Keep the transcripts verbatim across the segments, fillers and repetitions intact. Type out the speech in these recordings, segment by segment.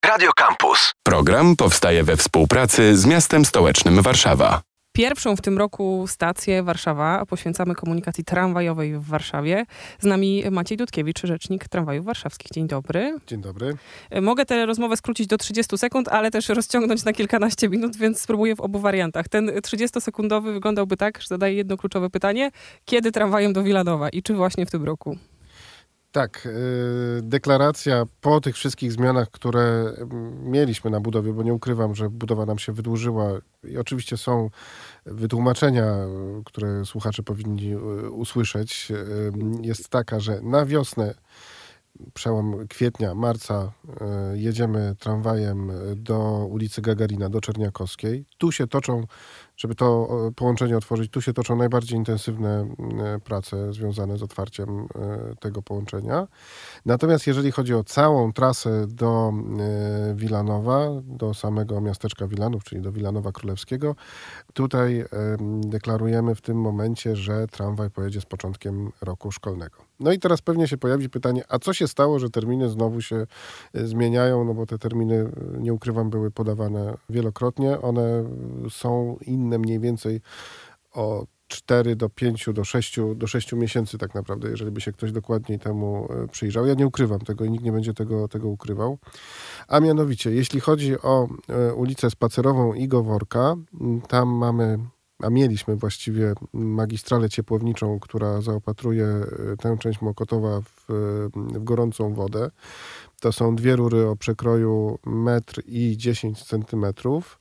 Radio Campus. Program powstaje we współpracy z miastem stołecznym Warszawa. Pierwszą w tym roku stację Warszawa poświęcamy komunikacji tramwajowej w Warszawie. Z nami Maciej Dudkiewicz, rzecznik tramwajów warszawskich. Dzień dobry. Dzień dobry. Mogę tę rozmowę skrócić do trzydziestu sekund, ale też rozciągnąć na kilkanaście minut, więc spróbuję w obu wariantach. Ten trzydziestosekundowy wyglądałby tak, że zadaję jedno kluczowe pytanie. Kiedy tramwajem do Wilanowa i czy właśnie w tym roku? Tak, yy, deklaracja po tych wszystkich zmianach, które mieliśmy na budowie, bo nie ukrywam, że budowa nam się wydłużyła i oczywiście są wytłumaczenia, które słuchacze powinni usłyszeć, yy, jest taka, że na wiosnę, przełom kwietnia, marca yy, jedziemy tramwajem do ulicy Gagarina, do Czerniakowskiej. Tu się toczą, żeby to połączenie otworzyć, tu się toczą najbardziej intensywne prace związane z otwarciem tego połączenia. Natomiast jeżeli chodzi o całą trasę do Wilanowa, do samego miasteczka Wilanów, czyli do Wilanowa Królewskiego, tutaj deklarujemy w tym momencie, że tramwaj pojedzie z początkiem roku szkolnego. No i teraz pewnie się pojawi pytanie, a co się stało, że terminy znowu się zmieniają, no bo te terminy, nie ukrywam, były podawane wielokrotnie. One są inne mniej więcej o cztery do pięciu, do sześciu, do sześciu miesięcy tak naprawdę, jeżeli by się ktoś dokładniej temu przyjrzał. Ja nie ukrywam tego i nikt nie będzie tego, tego ukrywał. A mianowicie, jeśli chodzi o ulicę Spacerową i Goworka, tam mamy, a mieliśmy właściwie magistralę ciepłowniczą, która zaopatruje tę część Mokotowa w, w gorącą wodę. To są dwie rury o przekroju metr i dziesięć centymetrów.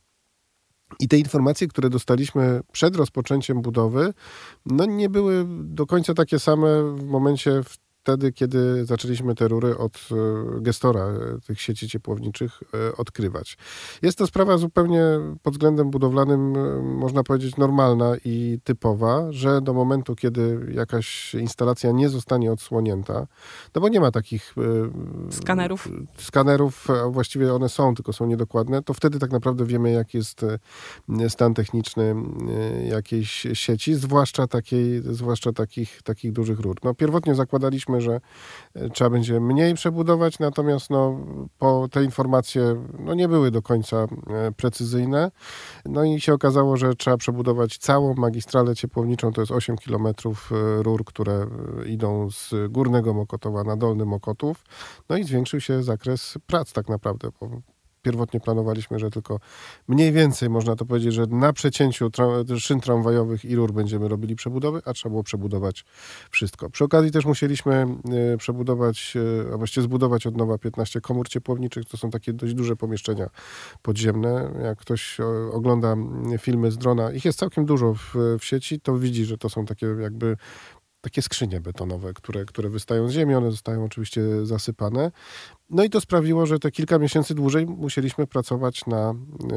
I te informacje, które dostaliśmy przed rozpoczęciem budowy, no nie były do końca takie same w momencie wtedy, kiedy zaczęliśmy te rury od gestora tych sieci ciepłowniczych odkrywać. Jest to sprawa zupełnie pod względem budowlanym, można powiedzieć, normalna i typowa, że do momentu, kiedy jakaś instalacja nie zostanie odsłonięta, no bo nie ma takich skanerów, skanerów, a właściwie one są, tylko są niedokładne, to wtedy tak naprawdę wiemy, jaki jest stan techniczny jakiejś sieci, zwłaszcza takiej, zwłaszcza takich, takich dużych rur. No, pierwotnie zakładaliśmy, że trzeba będzie mniej przebudować, natomiast no, po te informacje no, nie były do końca precyzyjne. No i się okazało, że trzeba przebudować całą magistralę ciepłowniczą, to jest osiem kilometrów rur, które idą z Górnego Mokotowa na Dolny Mokotów. No i zwiększył się zakres prac tak naprawdę, bo pierwotnie planowaliśmy, że tylko mniej więcej, można to powiedzieć, że na przecięciu tra- szyn tramwajowych i rur będziemy robili przebudowy, a trzeba było przebudować wszystko. Przy okazji też musieliśmy y, przebudować, y, a właściwie zbudować od nowa piętnaście komór ciepłowniczych. To są takie dość duże pomieszczenia podziemne. Jak ktoś o, ogląda filmy z drona, ich jest całkiem dużo w, w sieci, to widzi, że to są takie jakby takie skrzynie betonowe, które, które wystają z ziemi, one zostają oczywiście zasypane. No i to sprawiło, że te kilka miesięcy dłużej musieliśmy pracować na,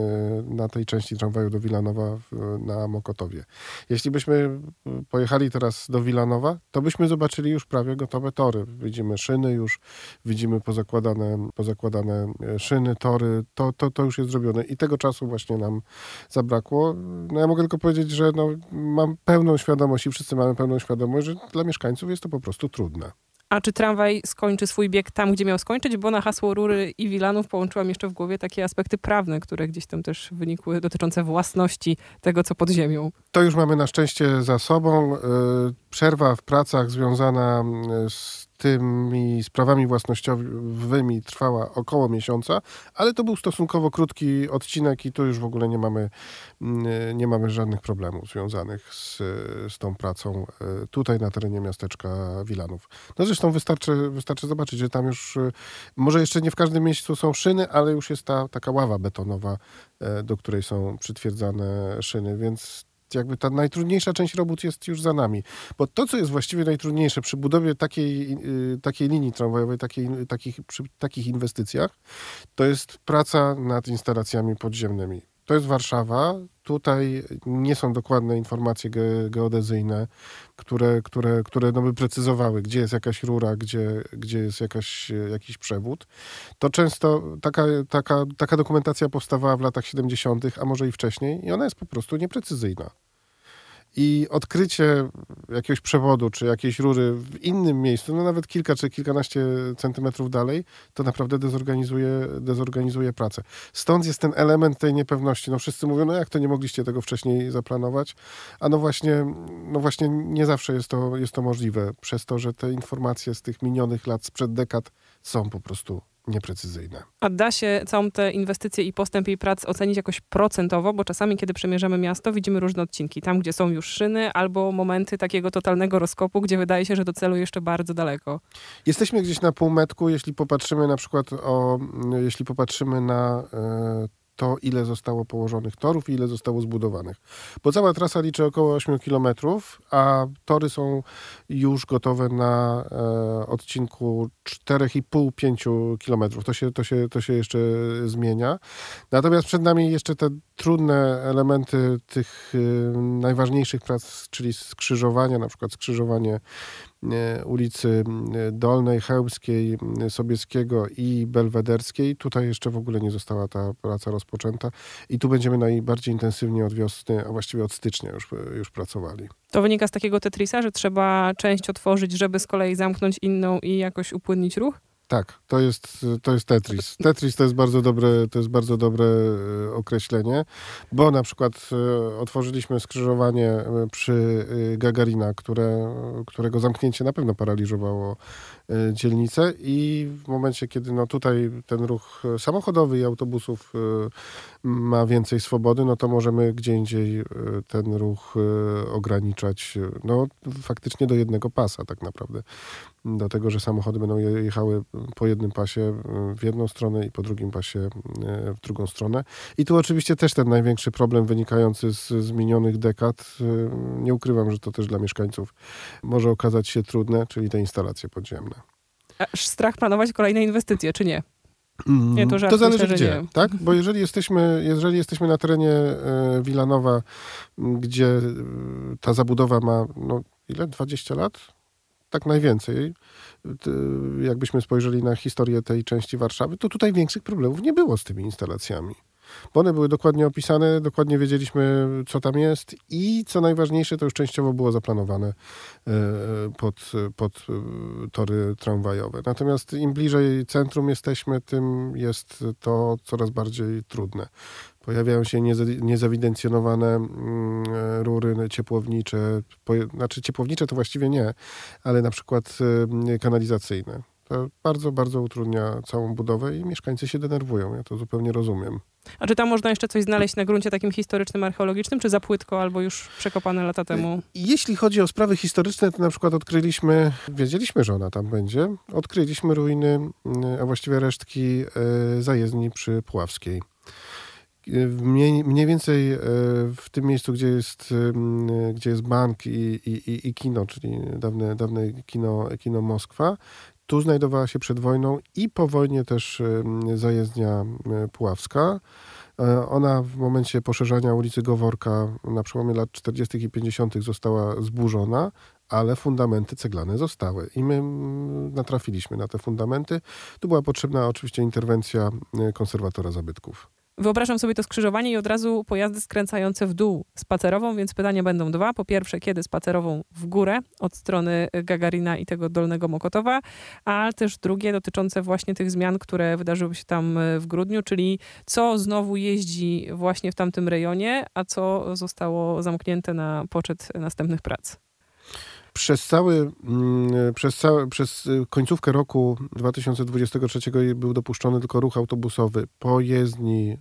na tej części tramwaju do Wilanowa na Mokotowie. Jeśli byśmy pojechali teraz do Wilanowa, to byśmy zobaczyli już prawie gotowe tory. Widzimy szyny już, widzimy pozakładane, pozakładane szyny, tory. To, to, to już jest zrobione i tego czasu właśnie nam zabrakło. No ja mogę tylko powiedzieć, że no, mam pełną świadomość i wszyscy mamy pełną świadomość, że dla mieszkańców jest to po prostu trudne. A czy tramwaj skończy swój bieg tam, gdzie miał skończyć? Bo na hasło Rury i Wilanów połączyłam jeszcze w głowie takie aspekty prawne, które gdzieś tam też wynikły, dotyczące własności tego, co pod ziemią. To już mamy na szczęście za sobą. Przerwa w pracach związana z tymi sprawami własnościowymi trwała około miesiąca, ale to był stosunkowo krótki odcinek i tu już w ogóle nie mamy, nie mamy żadnych problemów związanych z, z tą pracą tutaj na terenie miasteczka Wilanów. No zresztą wystarczy, wystarczy zobaczyć, że tam już, może jeszcze nie w każdym miejscu są szyny, ale już jest ta taka ława betonowa, do której są przytwierdzane szyny, więc jakby ta najtrudniejsza część robót jest już za nami. Bo to, co jest właściwie najtrudniejsze przy budowie takiej, takiej linii tramwajowej, takiej, takich, przy takich inwestycjach, to jest praca nad instalacjami podziemnymi. To jest Warszawa. Tutaj nie są dokładne informacje ge- geodezyjne, które, które, które no by precyzowały, gdzie jest jakaś rura, gdzie, gdzie jest jakaś, jakiś przewód. To często taka, taka, taka dokumentacja powstawała w latach siedemdziesiątych, a może i wcześniej i ona jest po prostu nieprecyzyjna. I odkrycie jakiegoś przewodu, czy jakiejś rury w innym miejscu, no nawet kilka czy kilkanaście centymetrów dalej, to naprawdę dezorganizuje, dezorganizuje pracę. Stąd jest ten element tej niepewności. No wszyscy mówią, no jak to nie mogliście tego wcześniej zaplanować? A no właśnie, no właśnie nie zawsze jest to, jest to możliwe, przez to, że te informacje z tych minionych lat, sprzed dekad są po prostu nieprecyzyjne. A da się całą tę inwestycję i postęp jej prac ocenić jakoś procentowo, bo czasami, kiedy przemierzamy miasto, widzimy różne odcinki. Tam, gdzie są już szyny, albo momenty takiego totalnego rozkopu, gdzie wydaje się, że do celu jeszcze bardzo daleko. Jesteśmy gdzieś na półmetku, jeśli popatrzymy na przykład o, jeśli popatrzymy na e, to, ile zostało położonych torów i ile zostało zbudowanych. Bo cała trasa liczy około ośmiu kilometrów, a tory są już gotowe na e, odcinku czterech i pół do pięciu kilometrów. To się, to, się, to się jeszcze zmienia. Natomiast przed nami jeszcze te trudne elementy tych e, najważniejszych prac, czyli skrzyżowania, na przykład skrzyżowanie ulicy Dolnej, Chełmskiej, Sobieskiego i Belwederskiej. Tutaj jeszcze w ogóle nie została ta praca rozpoczęta i tu będziemy najbardziej intensywnie od wiosny, a właściwie od stycznia już, już pracowali. To wynika z takiego Tetrisa, że trzeba część otworzyć, żeby z kolei zamknąć inną i jakoś upłynnić ruch? Tak, to jest, to jest Tetris. Tetris to jest bardzo dobre, to jest bardzo dobre określenie, bo na przykład otworzyliśmy skrzyżowanie przy Gagarina, które, którego zamknięcie na pewno paraliżowało dzielnicę i w momencie, kiedy no tutaj ten ruch samochodowy i autobusów ma więcej swobody, no to możemy gdzie indziej ten ruch ograniczać no faktycznie do jednego pasa tak naprawdę. Dlatego, że samochody będą jechały po jednym pasie w jedną stronę i po drugim pasie w drugą stronę. I tu oczywiście też ten największy problem wynikający z, z minionych dekad. Nie ukrywam, że to też dla mieszkańców może okazać się trudne, czyli te instalacje podziemne. Aż strach planować kolejne inwestycje, czy nie? Nie, to, żart, to zależy myślę, gdzie, nie. tak? Bo jeżeli jesteśmy, jeżeli jesteśmy na terenie Wilanowa, gdzie ta zabudowa ma, no ile, dwadzieścia lat? Tak najwięcej, jakbyśmy spojrzeli na historię tej części Warszawy, to tutaj większych problemów nie było z tymi instalacjami. Bo one były dokładnie opisane, dokładnie wiedzieliśmy, co tam jest i co najważniejsze, to już częściowo było zaplanowane pod, pod tory tramwajowe. Natomiast im bliżej centrum jesteśmy, tym jest to coraz bardziej trudne. Pojawiają się niezawidencjonowane rury ciepłownicze, znaczy ciepłownicze to właściwie nie, ale na przykład kanalizacyjne. To bardzo, bardzo utrudnia całą budowę i mieszkańcy się denerwują. Ja to zupełnie rozumiem. A czy tam można jeszcze coś znaleźć na gruncie takim historycznym, archeologicznym, czy za płytko, albo już przekopane lata temu? Jeśli chodzi o sprawy historyczne, to na przykład odkryliśmy, wiedzieliśmy, że ona tam będzie, odkryliśmy ruiny, a właściwie resztki zajezdni przy Puławskiej. Mniej, mniej więcej w tym miejscu, gdzie jest, gdzie jest bank i, i, i kino, czyli dawne, dawne kino, kino Moskwa, tu znajdowała się przed wojną i po wojnie też zajezdnia Puławska. Ona w momencie poszerzania ulicy Goworka na przełomie lat czterdziestych i pięćdziesiątych została zburzona, ale fundamenty ceglane zostały. I my natrafiliśmy na te fundamenty. Tu była potrzebna oczywiście interwencja konserwatora zabytków. Wyobrażam sobie to skrzyżowanie i od razu pojazdy skręcające w dół spacerową, więc pytania będą dwa. Po pierwsze, kiedy spacerową w górę od strony Gagarina i tego Dolnego Mokotowa, a też drugie dotyczące właśnie tych zmian, które wydarzyły się tam w grudniu, czyli co znowu jeździ właśnie w tamtym rejonie, a co zostało zamknięte na poczet następnych prac. Przez cały, przez, cały, przez końcówkę roku dwa tysiące dwudziestego trzeciego był dopuszczony tylko ruch autobusowy po jezdni,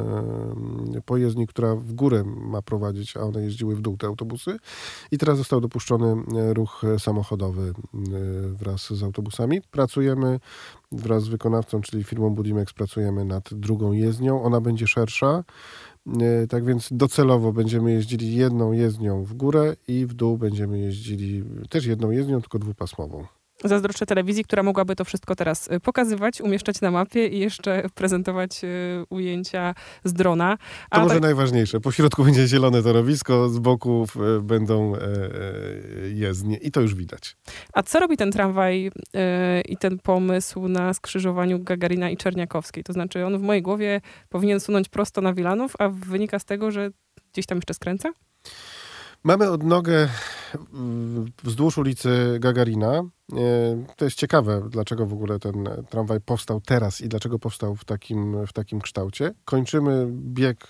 po jezdni, która w górę ma prowadzić, a one jeździły w dół, te autobusy. I teraz został dopuszczony ruch samochodowy wraz z autobusami. Pracujemy wraz z wykonawcą, czyli firmą Budimex, pracujemy nad drugą jezdnią. Ona będzie szersza. Tak więc docelowo będziemy jeździli jedną jezdnią w górę i w dół będziemy jeździli też jedną jezdnią, tylko dwupasmową. Zazdroszczę telewizji, która mogłaby to wszystko teraz pokazywać, umieszczać na mapie i jeszcze prezentować ujęcia z drona. A to może tak... najważniejsze. Po środku będzie zielone torowisko, z boków będą jezdnie i to już widać. A co robi ten tramwaj yy, i ten pomysł na skrzyżowaniu Gagarina i Czerniakowskiej? To znaczy on w mojej głowie powinien sunąć prosto na Wilanów, a wynika z tego, że gdzieś tam jeszcze skręca? Mamy odnogę wzdłuż ulicy Gagarina. To jest ciekawe, dlaczego w ogóle ten tramwaj powstał teraz i dlaczego powstał w takim, w takim kształcie. Kończymy bieg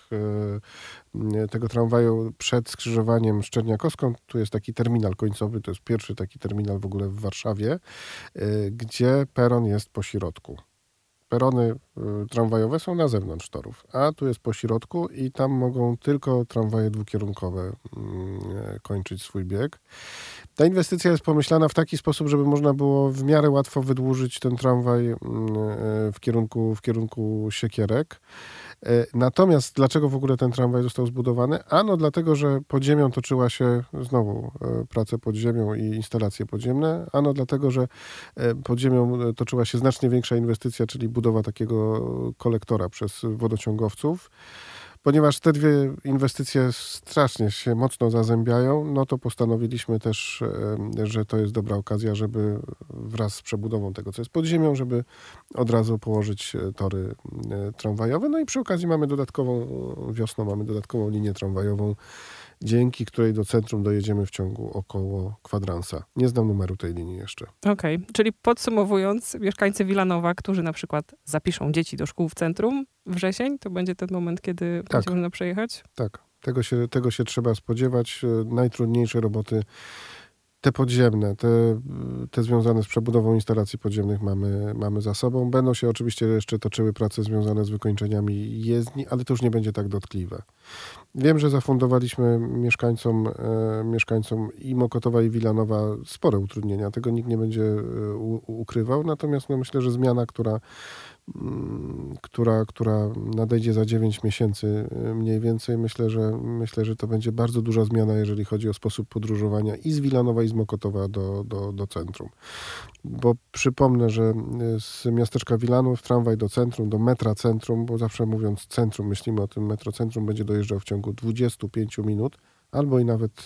tego tramwaju przed skrzyżowaniem z Czerniakowską. Tu jest taki terminal końcowy, to jest pierwszy taki terminal w ogóle w Warszawie, gdzie peron jest po środku. Perony tramwajowe są na zewnątrz torów, a tu jest po środku i tam mogą tylko tramwaje dwukierunkowe kończyć swój bieg. Ta inwestycja jest pomyślana w taki sposób, żeby można było w miarę łatwo wydłużyć ten tramwaj w kierunku, w kierunku Siekierek. Natomiast dlaczego w ogóle ten tramwaj został zbudowany? Ano dlatego, że pod ziemią toczyła się znowu prace pod ziemią i instalacje podziemne. Ano dlatego, że pod ziemią toczyła się znacznie większa inwestycja, czyli budowa takiego kolektora przez wodociągowców. Ponieważ te dwie inwestycje strasznie się mocno zazębiają, no to postanowiliśmy też, że to jest dobra okazja, żeby wraz z przebudową tego, co jest pod ziemią, żeby od razu położyć tory tramwajowe. No i przy okazji mamy dodatkową, wiosną mamy dodatkową linię tramwajową, dzięki której do centrum dojedziemy w ciągu około kwadransa. Nie znam numeru tej linii jeszcze. Okej, okay. Czyli podsumowując, mieszkańcy Wilanowa, którzy na przykład zapiszą dzieci do szkół w centrum, wrzesień, to będzie ten moment, kiedy tak. będzie można przejechać? Tak, tego się, tego się trzeba spodziewać. Najtrudniejsze roboty, te podziemne, te, te związane z przebudową instalacji podziemnych mamy, mamy za sobą. Będą się oczywiście jeszcze toczyły prace związane z wykończeniami jezdni, ale to już nie będzie tak dotkliwe. Wiem, że zafundowaliśmy mieszkańcom, e, mieszkańcom i Mokotowa, i Wilanowa spore utrudnienia. Tego nikt nie będzie u, ukrywał. Natomiast no, myślę, że zmiana, która Która, która nadejdzie za dziewięć miesięcy mniej więcej. Myślę, że myślę, że to będzie bardzo duża zmiana, jeżeli chodzi o sposób podróżowania i z Wilanowa, i z Mokotowa do, do, do centrum. Bo przypomnę, że z miasteczka Wilanów tramwaj do centrum, do metra centrum, bo zawsze mówiąc centrum, myślimy o tym metrocentrum, będzie dojeżdżał w ciągu dwudziestu pięciu minut. Albo i nawet,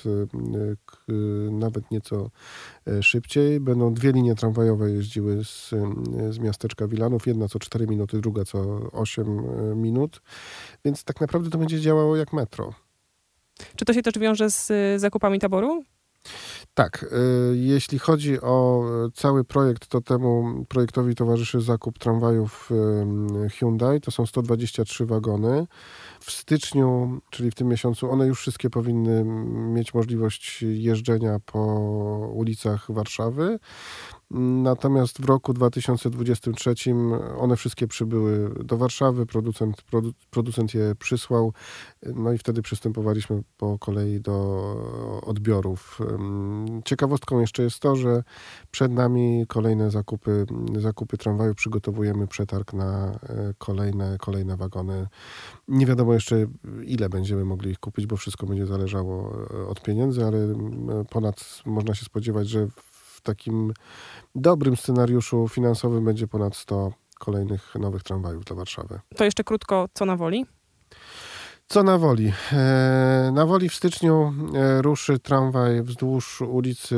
nawet nieco szybciej. Będą dwie linie tramwajowe jeździły z, z miasteczka Wilanów. Jedna co cztery minuty, druga co osiem minut. Więc tak naprawdę to będzie działało jak metro. Czy to się też wiąże z zakupami taboru? Tak. Jeśli chodzi o cały projekt, to temu projektowi towarzyszy zakup tramwajów Hyundai. To są sto dwadzieścia trzy wagony. W styczniu, czyli w tym miesiącu, one już wszystkie powinny mieć możliwość jeżdżenia po ulicach Warszawy. Natomiast w roku dwa tysiące dwudziestym trzecim one wszystkie przybyły do Warszawy, producent, produ, producent je przysłał, no i wtedy przystępowaliśmy po kolei do odbiorów. Ciekawostką jeszcze jest to, że przed nami kolejne zakupy, zakupy tramwaju, przygotowujemy przetarg na kolejne, kolejne wagony. Nie wiadomo jeszcze, ile będziemy mogli ich kupić, bo wszystko będzie zależało od pieniędzy, ale ponad można się spodziewać, że w takim dobrym scenariuszu finansowym będzie ponad sto kolejnych nowych tramwajów dla Warszawy. To jeszcze krótko, co na Woli? Co na Woli? Na Woli w styczniu ruszy tramwaj wzdłuż ulicy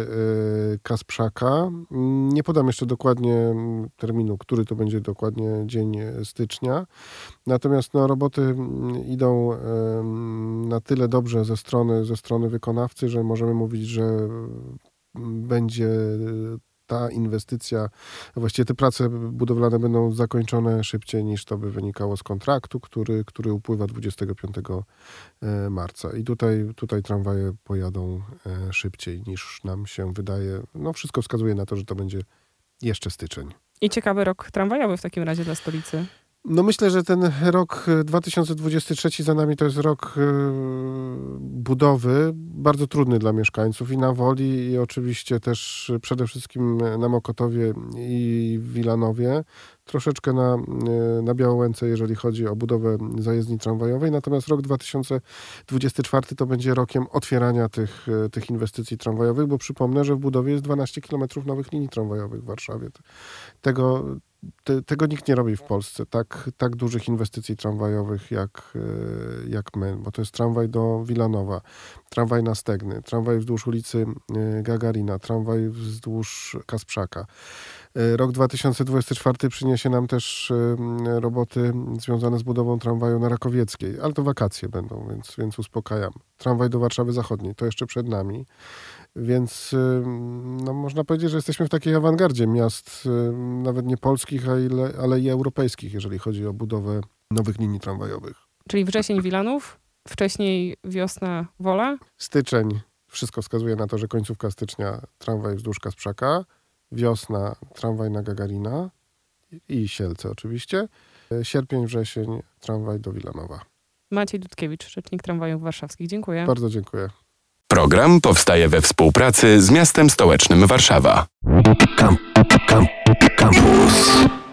Kasprzaka. Nie podam jeszcze dokładnie terminu, który to będzie dokładnie dzień stycznia. Natomiast no, roboty idą na tyle dobrze ze strony, ze strony wykonawcy, że możemy mówić, że będzie ta inwestycja, właściwie te prace budowlane będą zakończone szybciej niż to by wynikało z kontraktu, który, który upływa dwudziestego piątego marca. I tutaj, tutaj tramwaje pojadą szybciej niż nam się wydaje. No wszystko wskazuje na to, że to będzie jeszcze styczeń. I ciekawy rok tramwajowy w takim razie dla stolicy. No myślę, że ten rok dwa tysiące dwudziesty trzeci za nami to jest rok budowy, bardzo trudny dla mieszkańców i na Woli, i oczywiście też przede wszystkim na Mokotowie i w Wilanowie. Troszeczkę na, na Białołęce, jeżeli chodzi o budowę zajezdni tramwajowej. Natomiast rok dwa tysiące dwudziesty czwarty to będzie rokiem otwierania tych, tych inwestycji tramwajowych, bo przypomnę, że w budowie jest dwanaście kilometrów nowych linii tramwajowych w Warszawie. Tego te, tego nikt nie robi w Polsce, tak, tak dużych inwestycji tramwajowych jak, jak my, bo to jest tramwaj do Wilanowa, tramwaj na Stegny, tramwaj wzdłuż ulicy Gagarina, tramwaj wzdłuż Kasprzaka. Rok dwa tysiące dwudziesty czwarty przyniesie nam też roboty związane z budową tramwaju na Rakowieckiej, ale to wakacje będą, więc, więc uspokajam. Tramwaj do Warszawy Zachodniej, to jeszcze przed nami. Więc no, można powiedzieć, że jesteśmy w takiej awangardzie miast, nawet nie polskich, ale, ale i europejskich, jeżeli chodzi o budowę nowych linii tramwajowych. Czyli wrzesień Wilanów, wcześniej wiosna Wola? Styczeń, wszystko wskazuje na to, że końcówka stycznia tramwaj wzdłuż Kasprzaka, wiosna tramwaj na Gagarina i Sielce oczywiście, sierpień, wrzesień tramwaj do Wilanowa. Maciej Dudkiewicz, rzecznik tramwajów warszawskich. Dziękuję. Bardzo dziękuję. Program powstaje we współpracy z miastem stołecznym Warszawa. Camp, camp, campus.